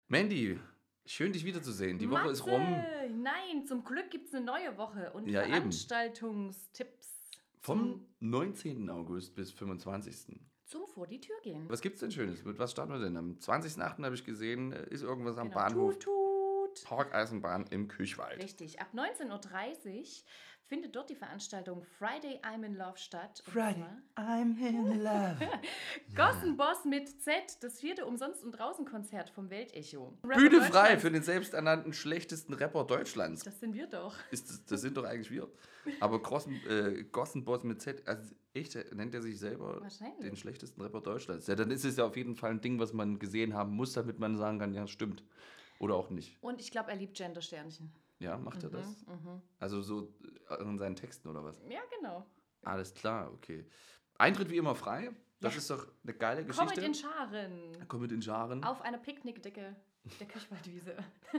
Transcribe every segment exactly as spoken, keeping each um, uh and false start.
Mandy, schön dich wiederzusehen. Die Matze, Woche ist rum. Nein, zum Glück gibt es eine neue Woche und Ja, eben. Veranstaltungstipps Vom neunzehnten August bis fünfundzwanzigsten zum Vor die Tür gehen. Was gibt's denn Schönes? Mit was starten wir denn? Am zwanzigsten achten habe ich gesehen, ist irgendwas am Genau. Bahnhof. Tut, tut. Parkeisenbahn im Küchwald. Richtig, ab neunzehn Uhr dreißig findet dort die Veranstaltung Friday I'm in Love statt. Und Friday I'm in Love. Gossen Boss mit Z, das vierte Umsonst- und Draußen-Konzert vom Weltecho. Bühne frei für den selbsternannten schlechtesten Rapper Deutschlands. Das sind wir doch. Ist das, das sind doch eigentlich wir. Aber Gossen, äh, Gossen Boss mit Z, also echt, nennt er sich selber den schlechtesten Rapper Deutschlands. Ja, dann ist es ja auf jeden Fall ein Ding, was man gesehen haben muss, damit man sagen kann, ja, stimmt. Oder auch nicht. Und ich glaube, er liebt Gender-Sternchen. Ja, macht er Mhm, das? mhm. Also so in seinen Texten oder was? Ja, genau. Alles klar, okay. Eintritt wie immer frei. Das Ja. ist doch eine geile Geschichte. Komm mit in Scharen. Komm mit in Scharen. Auf einer Picknickdecke der Küchwaldwiese.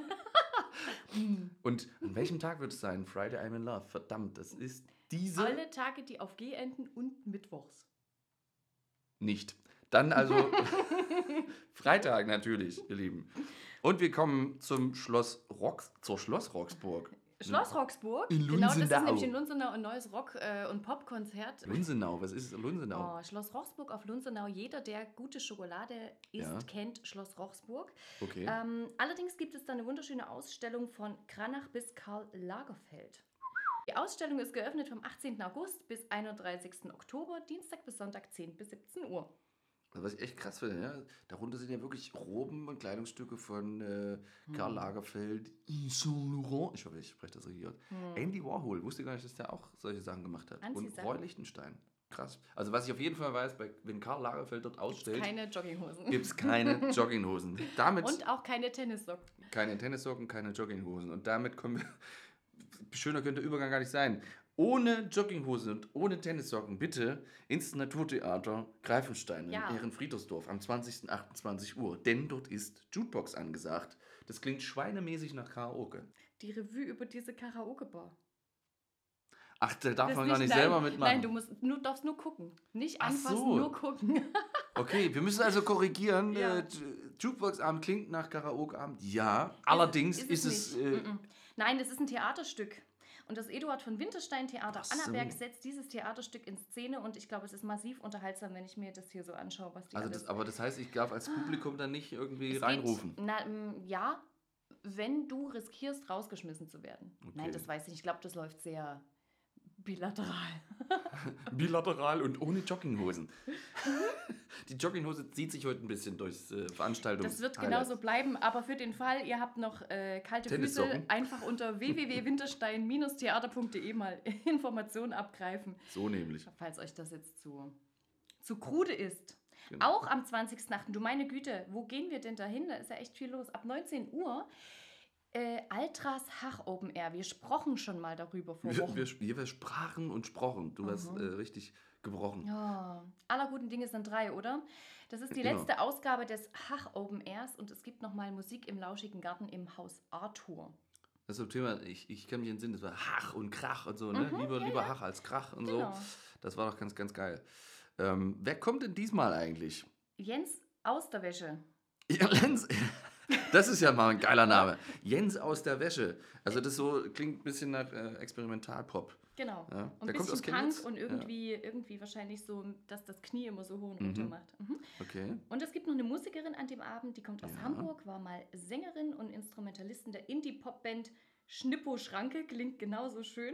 Und an welchem Tag wird es sein? Friday I'm in Love. Verdammt, das ist diese... Alle Tage, die auf G enden und mittwochs. Nicht. Dann also Freitag natürlich, ihr Lieben. Und wir kommen zum Schloss Rox, zur Schloss Roxburg. Schloss Roxburg. In Genau, das ist Lunsenau. nämlich in Lunsenau ein neues Rock- äh, und Popkonzert. Lunsenau, was ist Lunsenau? Oh, Schloss Roxburg auf Lunsenau. Jeder, der gute Schokolade isst, Ja. kennt Schloss Roxburg. Okay. Ähm, allerdings gibt es da eine wunderschöne Ausstellung von Cranach bis Karl Lagerfeld. Die Ausstellung ist geöffnet vom achtzehnten August bis einunddreißigsten Oktober, Dienstag bis Sonntag zehn bis siebzehn Uhr. Was ich echt krass finde, ja? Darunter sind ja wirklich Roben und Kleidungsstücke von äh, Karl Lagerfeld, Yves Saint Laurent, ich hoffe, ich spreche das richtig aus. Andy Warhol, wusste gar nicht, dass der auch solche Sachen gemacht hat. Und Anziehsachen. Roy Lichtenstein. Krass. Also was ich auf jeden Fall weiß, bei, wenn Karl Lagerfeld dort ausstellt, Keine Jogginghosen. gibt es keine Jogginghosen. Damit Und auch keine Tennissocken. keine Tennissocken, keine Jogginghosen. Und damit kommen wir, schöner könnte der Übergang gar nicht sein. Ohne Jogginghose und ohne Tennissocken bitte ins Naturtheater Greifenstein Ja. in Ehrenfriedersdorf am zwanzigsten achtundzwanzig Uhr. Denn dort ist Jukebox angesagt. Das klingt schweinemäßig nach Karaoke. Die Revue über diese Karaoke-Bar. Ach, da darf Das man gar nicht nein, selber mitmachen. Nein, du musst, nur, darfst nur gucken. Nicht Ach anfassen, so. nur gucken. Okay, wir müssen also korrigieren. Ja. Äh, Jukebox-Abend klingt nach Karaoke-Abend. Ja, allerdings ist ist es es... nicht. äh, Mm-mm. Nein, das ist ein Theaterstück. Und das Eduard von Winterstein Theater Ach so. Annaberg setzt dieses Theaterstück in Szene und ich glaube, es ist massiv unterhaltsam, wenn ich mir das hier so anschaue, was die also alles... das, aber das heißt, ich darf als Publikum dann nicht irgendwie Es reinrufen. Geht, na, mm, ja, wenn du riskierst, rausgeschmissen zu werden. Okay. Nein, das weiß ich nicht. Ich glaube, das läuft sehr bilateral. Bilateral und ohne Jogginghosen. Die Jogginghose zieht sich heute ein bisschen durchs äh, Veranstaltungs- Das wird Highlight. genauso bleiben, aber für den Fall, ihr habt noch äh, kalte Füße, Tennissocken. einfach unter w w w punkt winterstein Bindestrich theater punkt de mal Informationen abgreifen, So nämlich. falls euch das jetzt zu, zu krude ist. Genau. Auch am zwanzigsten achten Du meine Güte, wo gehen wir denn dahin? Da ist ja echt viel los. Ab neunzehn Uhr äh, Altras Hach Open Air. Wir sprachen schon mal darüber vor Wir, Wochen. wir, wir sprachen und sprochen. Du hast Mhm. äh, richtig gebrochen. Ja, aller guten Dinge sind drei, oder? Das ist die Immer. letzte Ausgabe des Hach Open Airs und es gibt nochmal Musik im lauschigen Garten im Haus Arthur. Das ist so ein Thema, ich, ich kann mich entsinnen, das war Hach und Krach und so, ne? Mhm, lieber ja, lieber ja. Hach als Krach und Genau. so. Das war doch ganz, ganz geil. Ähm, wer kommt denn diesmal eigentlich? Jens aus der Wäsche. Ja, Lenz. Das ist ja mal ein geiler Name. Jens aus der Wäsche. Also das so klingt ein bisschen nach äh, Experimentalpop. Genau. Ja. Und Der ein kommt aus bisschen Punk Chemnitz? und irgendwie, irgendwie wahrscheinlich so, dass das Knie immer so hoch und Mhm. runter macht. Mhm. Okay. Und es gibt noch eine Musikerin an dem Abend, die kommt aus Ja. Hamburg, war mal Sängerin und Instrumentalistin der Indie-Pop-Band Schnippo Schranke, klingt genauso schön.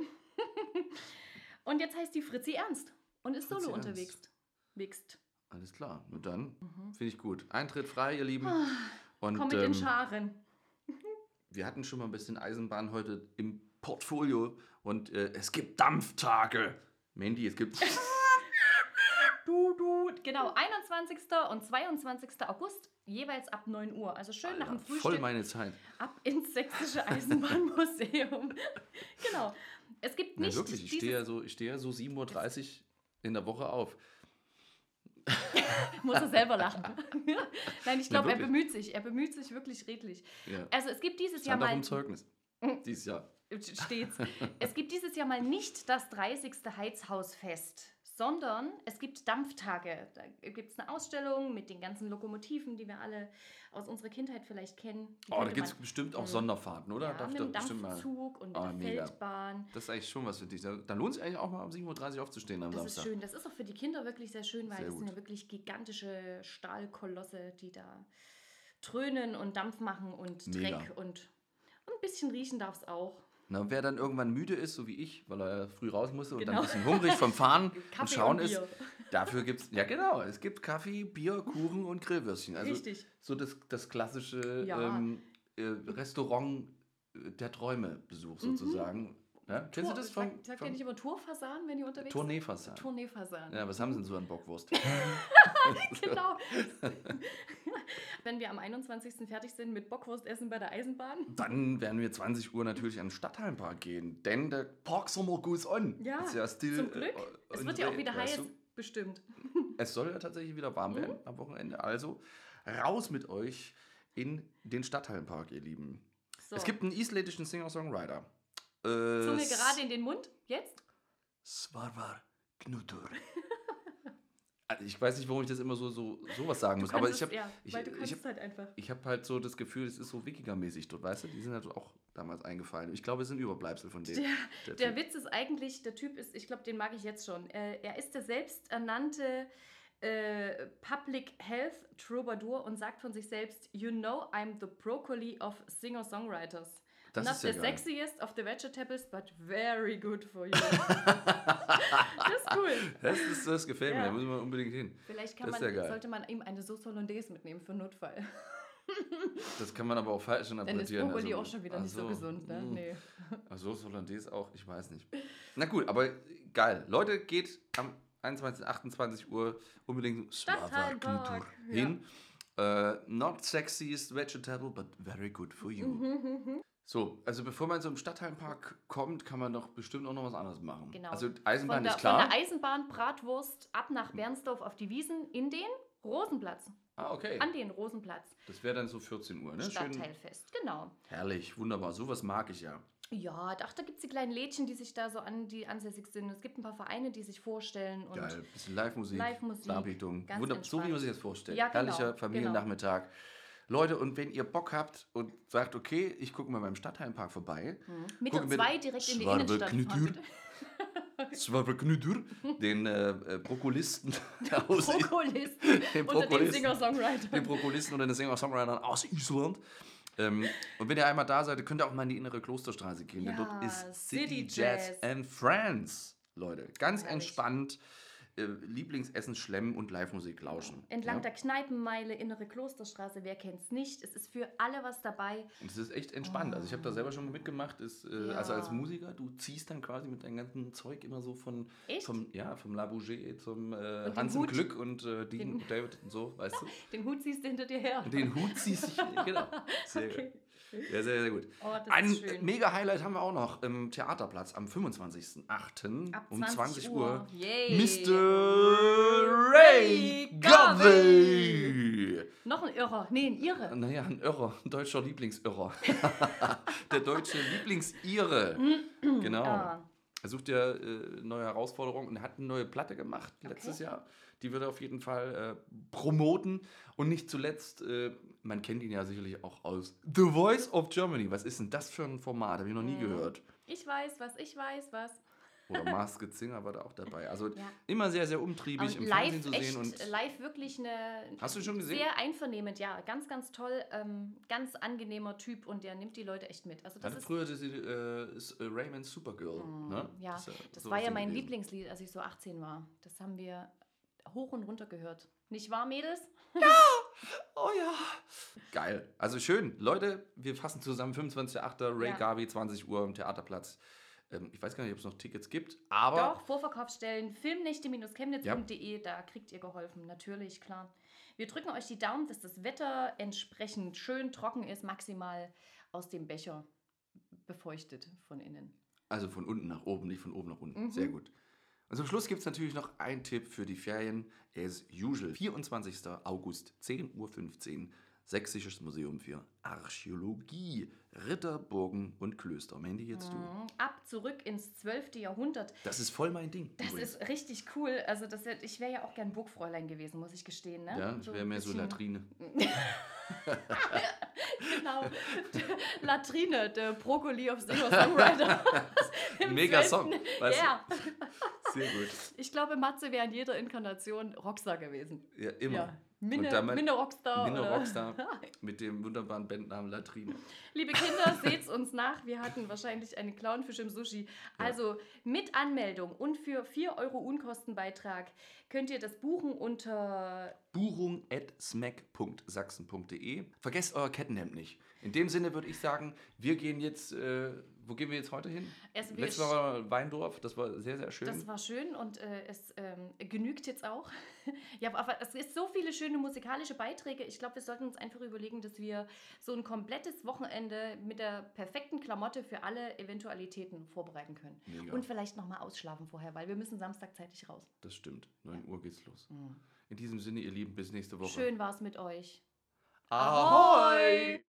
Und jetzt heißt die Fritzi Ernst und ist Fritzi solo Ernst. unterwegs. Wichst. Alles klar. Nur dann finde ich gut. Eintritt frei, ihr Lieben. Und Mhm. Komm mit ähm, den Scharen. wir hatten schon mal ein bisschen Eisenbahn heute im Portfolio und äh, es gibt Dampftage. Mandy, es gibt... Du, du. Genau, einundzwanzigsten und zweiundzwanzigsten August, jeweils ab neun Uhr. Also schön nach dem Alter, voll Frühstück meine Zeit. ab ins Sächsische Eisenbahnmuseum. Genau. Es gibt Ja, nicht wirklich, ich dieses- stehe ja so, ich stehe ja so sieben Uhr dreißig in der Woche auf. Muss er selber lachen. Nein, ich glaube, er wirklich. bemüht sich. Er bemüht sich wirklich redlich. Ja. Also es gibt dieses Jahr Stand auch mal... im Zeugnis. Dieses Jahr. Steht's. Es gibt dieses Jahr mal nicht das dreißigste Heizhausfest, sondern es gibt Dampftage. Da gibt es eine Ausstellung mit den ganzen Lokomotiven, die wir alle aus unserer Kindheit vielleicht kennen. Die oh, da gibt es bestimmt auch ähm, Sonderfahrten, oder? Ja, Darf mit dem Dampfzug und mit oh, der mega. Feldbahn. Das ist eigentlich schon was für dich. Da, da lohnt es eigentlich auch mal um sieben Uhr dreißig aufzustehen am das Samstag. Das ist schön. Das ist auch für die Kinder wirklich sehr schön, weil sehr das gut. sind ja wirklich gigantische Stahlkolosse, die da trönen und Dampf machen und mega. Dreck und, und ein bisschen riechen darf es auch. Na, wer dann irgendwann müde ist, so wie ich, weil er früh raus musste und genau. dann ein bisschen hungrig vom Fahren und Schauen und ist, dafür gibt es, ja genau, es gibt Kaffee, Bier, Kuchen und Grillwürstchen. Also richtig. So das, das klassische ja. ähm, äh, Restaurant der Träume-Besuch sozusagen. Mhm. Ja? Kennst du das von? Sagt, sagt ihr nicht immer Tourfasan, wenn ihr unterwegs seid? Tourneefasan. Tourneefasan. Ja, was haben sie denn so an Bockwurst? Genau. Wenn wir am einundzwanzigsten fertig sind mit Bockwurst essen bei der Eisenbahn. Dann werden wir zwanzig Uhr natürlich an den Stadthallenpark gehen, denn der Parksommer goes on. Ja, ist ja still, zum Glück. Äh, es wird ja auch wieder heiß, du? bestimmt. Es soll ja tatsächlich wieder warm werden mhm. am Wochenende. Also raus mit euch in den Stadthallenpark, ihr Lieben. So. Es gibt einen isländischen Singer-Songwriter. Äh, Zunge gerade in den Mund, jetzt? Svarvar Knútur. Also ich weiß nicht, warum ich das immer so, so sowas sagen muss, aber ich habe ja, ich, ich hab, halt einfach. Ich habe halt so das Gefühl, es ist so Wikinger-mäßig dort, weißt du? Die sind halt auch damals eingefallen. Ich glaube, es sind Überbleibsel von denen. Der, der, der Witz ist eigentlich, der Typ ist, ich glaube, den mag ich jetzt schon. Äh, er ist der selbsternannte äh, Public Health Troubadour und sagt von sich selbst, you know, I'm the broccoli of singer-songwriters. Das Not ist ja the geil. sexiest of the vegetables, but very good for you. Das ist cool. Das, ist, das gefällt ja. mir, da müssen wir unbedingt hin. Vielleicht kann man, ja sollte man ihm eine Sauce Hollandaise mitnehmen für Notfall. Das kann man aber auch falsch interpretieren. Dann ist Brokkoli also, auch schon wieder nicht so, so gesund, ne? Nee. Ach, Sauce Hollandaise auch, ich weiß nicht. Na gut, aber geil. Leute, geht am einundzwanzigsten achtundzwanzig Uhr unbedingt Svarvar Knútur hin. Ja. Uh, not sexiest vegetable, but very good for you. Mhm, So, also bevor man so im Stadthallenpark kommt, kann man doch bestimmt auch noch was anderes machen. Genau. Also Eisenbahn der, ist klar. Von der Eisenbahn, Bratwurst, ab nach Bernsdorf auf die Wiesen in den Rosenplatz. Ah, okay. An den Rosenplatz. Das wäre dann so vierzehn Uhr, ne? Stadtteilfest, Schön. Genau. Herrlich, wunderbar. Sowas mag ich ja. Ja, ach, da gibt es die kleinen Lädchen, die sich da so an, die ansässig sind. Es gibt ein paar Vereine, die sich vorstellen. Und geil, ein bisschen Live-Musik, Live-Musik, Darbietung. Wunderbar, so wie man sich das vorstellt. Ja, genau, herrlicher Familiennachmittag. Genau. Leute, und wenn ihr Bock habt und sagt, okay, ich gucke mal beim Stadthallenpark vorbei. Mhm. Mit und zwei direkt in die Innenstadt fahren. Svarvar Knútur, den äh, äh, Brokkolisten aus Brokkolisten den unter den Singer-Songwritern. Den Brokkolisten unter den Singer-Songwritern aus Island. Ähm, und wenn ihr einmal da seid, könnt ihr auch mal in die innere Klosterstraße gehen. Ja, denn dort ist City, City Jazz, Jazz and Friends. Leute, ganz Herrlich. entspannt. Äh, Lieblingsessen schlemmen und Live-Musik lauschen. Entlang ja? der Kneipenmeile, innere Klosterstraße, wer kennt's nicht? Es ist für alle was dabei. Und es ist echt entspannt. Oh. Also ich habe da selber schon mitgemacht. Ist, äh, ja. Also als Musiker, du ziehst dann quasi mit deinem ganzen Zeug immer so von vom, ja, vom La Bougie zum äh, Hans im Glück und äh, Dean und David und so, weißt du? Den Hut ziehst du hinter dir her. Den Hut ziehst du, genau. Sehr okay. gut. Ja, sehr, sehr gut. Oh, das Ein ist schön. Mega-Highlight haben wir auch noch im Theaterplatz am fünfundzwanzigsten achten um zwanzig Uhr. Yay. Mister Ray Garvey. Noch ein Irrer. Nee, ein Irre. Naja, ein Irrer. Ein deutscher Lieblingsirrer. Der deutsche Lieblingsire. Genau. Ah. Er sucht ja äh, neue Herausforderungen und hat eine neue Platte gemacht letztes okay. Jahr. Die wird er auf jeden Fall äh, promoten. Und nicht zuletzt, äh, man kennt ihn ja sicherlich auch aus The Voice of Germany. Was ist denn das für ein Format? Habe ich noch nie gehört. Ich weiß was, ich weiß was. Oder Masked Singer war da auch dabei. Also ja. immer sehr, sehr umtriebig und im live Fernsehen zu echt, sehen. Und live wirklich eine hast du schon gesehen? Sehr einvernehmend, ja. Ganz, ganz toll. Ähm, ganz angenehmer Typ und der nimmt die Leute echt mit. Also das hatte ist früher das, äh, ist, äh, Raymond's Supergirl. Mm, ne? Ja, das, das, ja, das so war ja mein gewesen. Lieblingslied, als ich so achtzehn war. Das haben wir hoch und runter gehört. Nicht wahr, Mädels? Ja! Oh ja! Geil. Also schön. Leute, wir fassen zusammen. fünfundzwanzigster achter Ray Ja. Garvey, zwanzig Uhr im Theaterplatz. Ähm, ich weiß gar nicht, ob es noch Tickets gibt, aber... Doch, Vorverkaufsstellen, filmnächte chemnitz punkt de, ja. Da kriegt ihr geholfen. Natürlich, klar. Wir drücken euch die Daumen, dass das Wetter entsprechend schön trocken ist, maximal aus dem Becher befeuchtet von innen. Also von unten nach oben, nicht von oben nach unten. Mhm. Sehr gut. Und zum Schluss gibt es natürlich noch einen Tipp für die Ferien. As usual. vierundzwanzigster August, zehn Uhr fünfzehn. Sächsisches Museum für Archäologie, Ritter, Burgen und Klöster. Mandy, jetzt du. Ab zurück ins zwölfte Jahrhundert. Das ist voll mein Ding. Das übrigens. Ist richtig cool. Also das, ich wäre ja auch gern Burgfräulein gewesen, muss ich gestehen. Ne? Ja, ich wäre so mehr so Latrine. Genau. Latrine, der Brokkoli of Singer-Songwriter. Mega Song. Weißt ja. du? Sehr gut. Ich glaube, Matze wäre in jeder Inkarnation Rockstar gewesen. Ja, immer. Ja. Minne, Minne Rockstar. Minne Rockstar mit dem wunderbaren Bandnamen Latrine. Liebe Kinder, seht's uns nach. Wir hatten wahrscheinlich einen Clownfisch im Sushi. Also ja. Mit Anmeldung und für vier Euro Unkostenbeitrag könnt ihr das buchen unter buchung at smack punkt sachsen punkt de. Vergesst euer Kettenhemd nicht. In dem Sinne würde ich sagen, wir gehen jetzt, äh, wo gehen wir jetzt heute hin? Letztes Mal war Weindorf, das war sehr, sehr schön. Das war schön und äh, es ähm, genügt jetzt auch. Ja, aber es ist so viele schöne musikalische Beiträge. Ich glaube, wir sollten uns einfach überlegen, dass wir so ein komplettes Wochenende mit der perfekten Klamotte für alle Eventualitäten vorbereiten können. Mega. Und vielleicht nochmal ausschlafen vorher, weil wir müssen Samstag zeitig raus. Das stimmt. neun Uhr geht's los. Mhm. In diesem Sinne, ihr Lieben, bis nächste Woche. Schön war's mit euch. Ahoi!